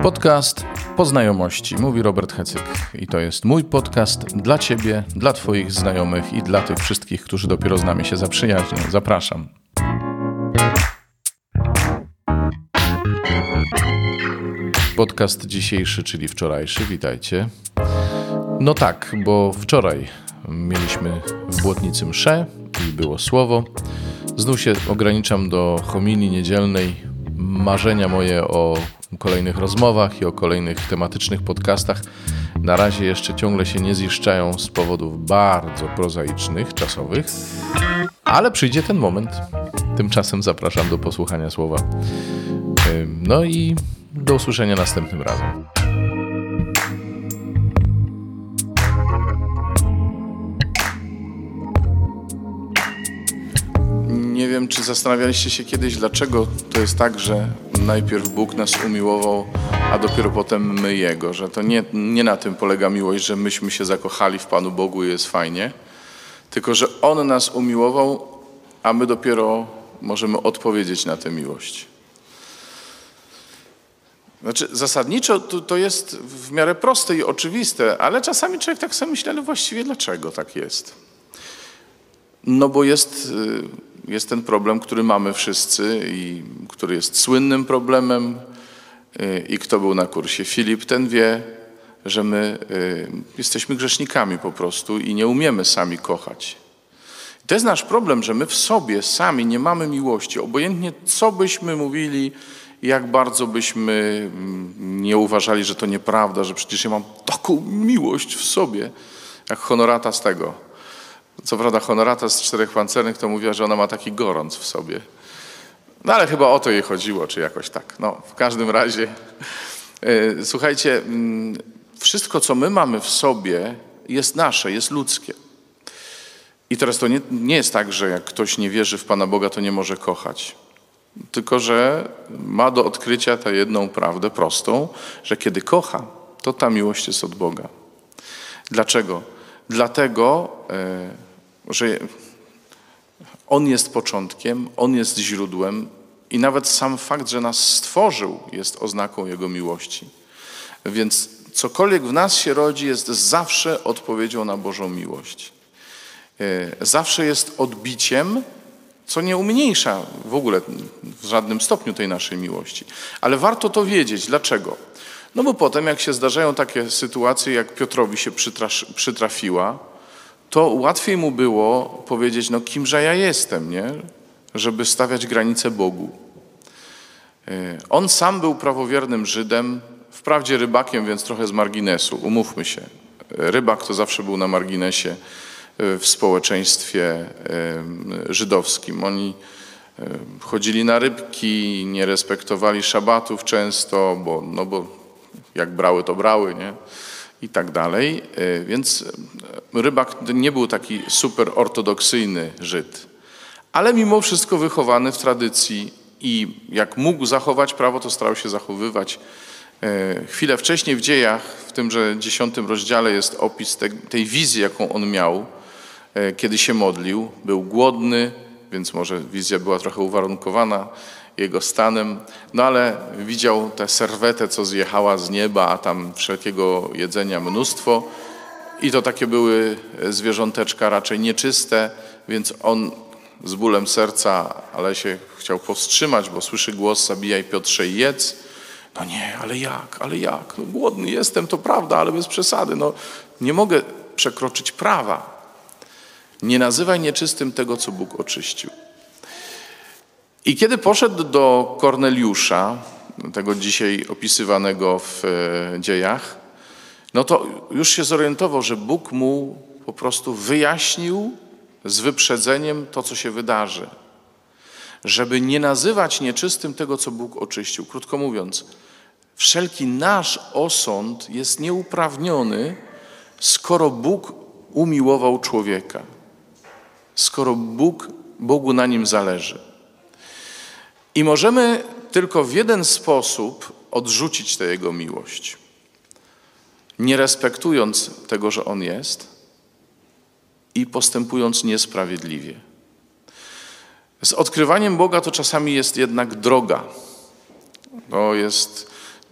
Podcast Po znajomości, mówi Robert Hecyk. I to jest mój podcast dla Ciebie, dla Twoich znajomych i dla tych wszystkich, którzy dopiero z nami się zaprzyjaźnią. Zapraszam. Podcast dzisiejszy, czyli wczorajszy. Witajcie. No tak, bo wczoraj mieliśmy w Błotnicy mszę i było słowo. Znów się ograniczam do homilii niedzielnej. Marzenia moje o kolejnych rozmowach i o kolejnych tematycznych podcastach na razie jeszcze ciągle się nie ziszczają z powodów bardzo prozaicznych, czasowych, ale przyjdzie ten moment. Tymczasem zapraszam do posłuchania słowa. No i do usłyszenia następnym razem. Nie wiem, czy zastanawialiście się kiedyś, dlaczego to jest tak, że najpierw Bóg nas umiłował, a dopiero potem my Jego. Że to nie na tym polega miłość, że myśmy się zakochali w Panu Bogu i jest fajnie, tylko że On nas umiłował, a my dopiero możemy odpowiedzieć na tę miłość. Znaczy, zasadniczo to jest w miarę proste i oczywiste, ale czasami człowiek tak sobie myśli, ale właściwie dlaczego tak jest? No bo jest ten problem, który mamy wszyscy i który jest słynnym problemem i kto był na kursie Filip, ten wie, że my jesteśmy grzesznikami po prostu i nie umiemy sami kochać. To jest nasz problem, że my w sobie sami nie mamy miłości. Obojętnie co byśmy mówili, jak bardzo byśmy nie uważali, że to nieprawda, że przecież ja mam taką miłość w sobie, jak Honorata z tego. Co prawda Honorata z Czterech Pancernych to mówiła, że ona ma taki gorąc w sobie. No ale chyba o to jej chodziło, czy jakoś tak. No w każdym razie, słuchajcie, wszystko co my mamy w sobie jest nasze, jest ludzkie. I teraz to nie jest tak, że jak ktoś nie wierzy w Pana Boga, to nie może kochać. Tylko że ma do odkrycia tę jedną prawdę prostą, że kiedy kocha, to ta miłość jest od Boga. Dlaczego? Dlatego, że On jest początkiem, On jest źródłem i nawet sam fakt, że nas stworzył, jest oznaką Jego miłości. Więc cokolwiek w nas się rodzi, jest zawsze odpowiedzią na Bożą miłość. Zawsze jest odbiciem, co nie umniejsza w ogóle w żadnym stopniu tej naszej miłości. Ale warto to wiedzieć. Dlaczego? No bo potem, jak się zdarzają takie sytuacje, jak Piotrowi się przytrafiła, to łatwiej mu było powiedzieć, no kimże ja jestem, nie? Żeby stawiać granice Bogu. On sam był prawowiernym Żydem, wprawdzie rybakiem, więc trochę z marginesu, umówmy się. Rybak to zawsze był na marginesie w społeczeństwie żydowskim. Oni chodzili na rybki, nie respektowali szabatów często, bo jak brały, to brały, nie? I tak dalej. Więc rybak nie był taki super ortodoksyjny Żyd. Ale mimo wszystko wychowany w tradycji i jak mógł zachować prawo, to starał się zachowywać. Chwilę wcześniej w Dziejach, w tymże 10 rozdziale jest opis tej wizji, jaką on miał, kiedy się modlił. Był głodny, więc może wizja była trochę uwarunkowana jego stanem, no ale widział tę serwetę, co zjechała z nieba, a tam wszelkiego jedzenia mnóstwo i to takie były zwierząteczka raczej nieczyste, więc on z bólem serca, ale się chciał powstrzymać, bo słyszy głos: zabijaj Piotrze i jedz. No nie, ale jak? No głodny jestem, to prawda, ale bez przesady. No nie mogę przekroczyć prawa. Nie nazywaj nieczystym tego, co Bóg oczyścił. I kiedy poszedł do Korneliusza, tego dzisiaj opisywanego w Dziejach, no to już się zorientował, że Bóg mu po prostu wyjaśnił z wyprzedzeniem to, co się wydarzy. Żeby nie nazywać nieczystym tego, co Bóg oczyścił. Krótko mówiąc, wszelki nasz osąd jest nieuprawniony, skoro Bóg umiłował człowieka. Skoro Bogu na nim zależy. I możemy tylko w jeden sposób odrzucić tę Jego miłość. Nie respektując tego, że On jest i postępując niesprawiedliwie. Z odkrywaniem Boga to czasami jest jednak droga. To jest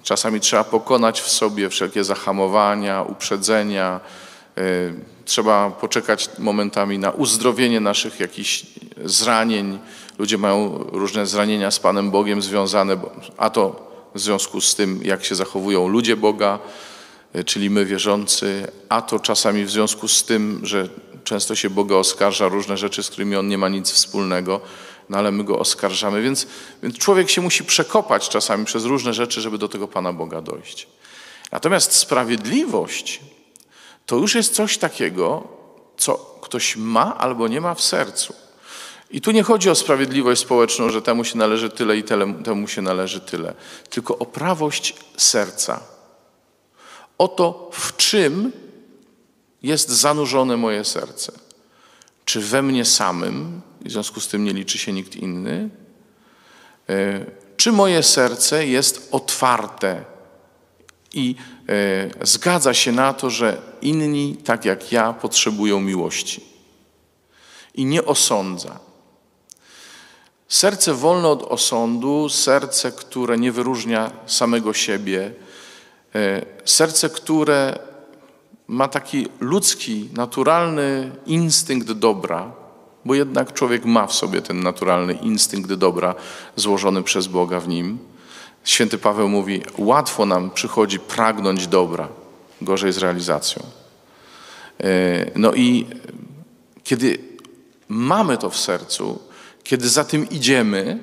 Czasami trzeba pokonać w sobie wszelkie zahamowania, uprzedzenia. Trzeba poczekać momentami na uzdrowienie naszych jakichś zranień. Ludzie mają różne zranienia z Panem Bogiem związane, a to w związku z tym, jak się zachowują ludzie Boga, czyli my wierzący, a to czasami w związku z tym, że często się Boga oskarża różne rzeczy, z którymi On nie ma nic wspólnego, no ale my Go oskarżamy. Więc człowiek się musi przekopać czasami przez różne rzeczy, żeby do tego Pana Boga dojść. Natomiast sprawiedliwość to już jest coś takiego, co ktoś ma albo nie ma w sercu. I tu nie chodzi o sprawiedliwość społeczną, że temu się należy tyle i temu się należy tyle, tylko o prawość serca. O to, w czym jest zanurzone moje serce. Czy we mnie samym, w związku z tym nie liczy się nikt inny, czy moje serce jest otwarte i zgadza się na to, że inni, tak jak ja, potrzebują miłości i nie osądza. Serce wolne od osądu, serce, które nie wyróżnia samego siebie, serce, które ma taki ludzki, naturalny instynkt dobra, bo jednak człowiek ma w sobie ten naturalny instynkt dobra złożony przez Boga w nim. Święty Paweł mówi, łatwo nam przychodzi pragnąć dobra, gorzej z realizacją. No i kiedy mamy to w sercu, kiedy za tym idziemy,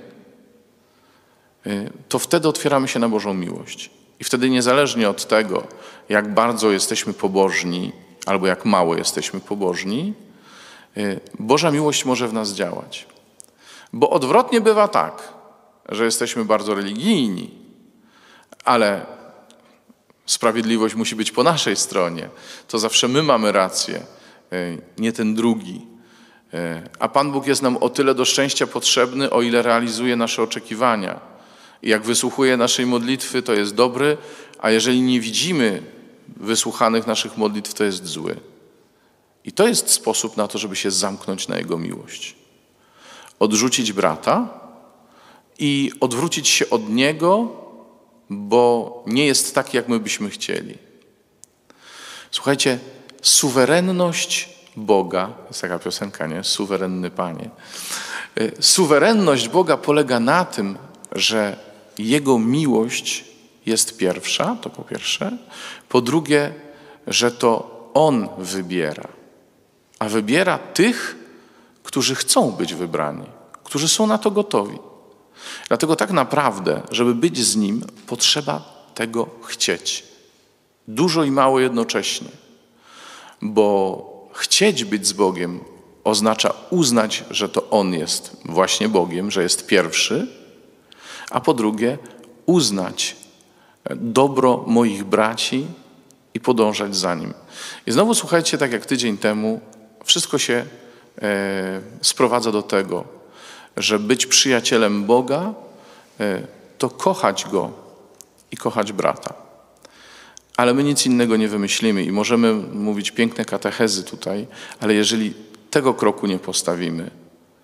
to wtedy otwieramy się na Bożą miłość. I wtedy niezależnie od tego, jak bardzo jesteśmy pobożni, albo jak mało jesteśmy pobożni, Boża miłość może w nas działać. Bo odwrotnie bywa tak, że jesteśmy bardzo religijni, ale sprawiedliwość musi być po naszej stronie. To zawsze my mamy rację, nie ten drugi. A Pan Bóg jest nam o tyle do szczęścia potrzebny, o ile realizuje nasze oczekiwania. I jak wysłuchuje naszej modlitwy, to jest dobry, a jeżeli nie widzimy wysłuchanych naszych modlitw, to jest zły. I to jest sposób na to, żeby się zamknąć na Jego miłość. Odrzucić brata i odwrócić się od Niego, bo nie jest tak, jak my byśmy chcieli. Słuchajcie, suwerenność Boga, jest taka piosenka, nie? Suwerenny Panie. Suwerenność Boga polega na tym, że Jego miłość jest pierwsza, to po pierwsze. Po drugie, że to On wybiera. A wybiera tych, którzy chcą być wybrani, którzy są na to gotowi. Dlatego tak naprawdę, żeby być z Nim, potrzeba tego chcieć. Dużo i mało jednocześnie. Bo chcieć być z Bogiem oznacza uznać, że to On jest właśnie Bogiem, że jest pierwszy, a po drugie uznać dobro moich braci i podążać za Nim. I znowu słuchajcie, tak jak tydzień temu, wszystko się sprowadza do tego, że być przyjacielem Boga to kochać Go i kochać brata. Ale my nic innego nie wymyślimy i możemy mówić piękne katechezy tutaj, ale jeżeli tego kroku nie postawimy.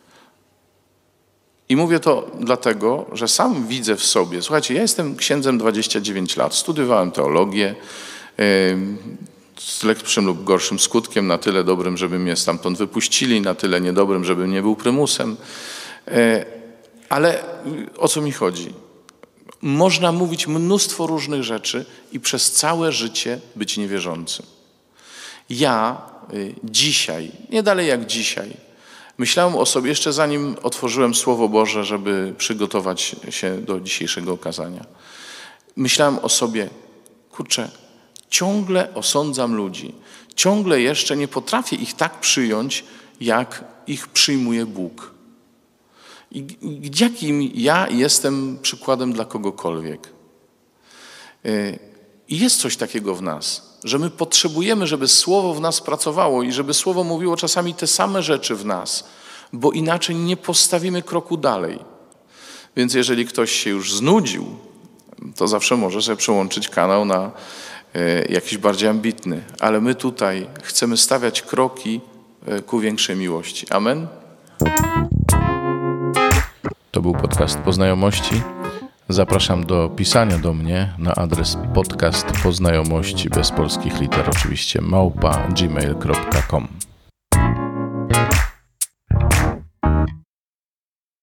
I mówię to dlatego, że sam widzę w sobie, słuchajcie, ja jestem księdzem 29 lat, studiowałem teologię, z lepszym lub gorszym skutkiem, na tyle dobrym, żeby mnie stamtąd wypuścili, na tyle niedobrym, żebym nie był prymusem. Ale o co mi chodzi? Można mówić mnóstwo różnych rzeczy i przez całe życie być niewierzącym. Ja dzisiaj, nie dalej jak dzisiaj, myślałem o sobie, jeszcze zanim otworzyłem Słowo Boże, żeby przygotować się do dzisiejszego kazania. Myślałem o sobie, kurczę, ciągle osądzam ludzi. Ciągle jeszcze nie potrafię ich tak przyjąć, jak ich przyjmuje Bóg. I jakim ja jestem przykładem dla kogokolwiek. I jest coś takiego w nas, że my potrzebujemy, żeby Słowo w nas pracowało i żeby Słowo mówiło czasami te same rzeczy w nas, bo inaczej nie postawimy kroku dalej. Więc jeżeli ktoś się już znudził, to zawsze może sobie przełączyć kanał na jakiś bardziej ambitny. Ale my tutaj chcemy stawiać kroki ku większej miłości. Amen? To był podcast Po Znajomości. Zapraszam do pisania do mnie na adres podcast poznajomości bez polskich liter, oczywiście @gmail.com.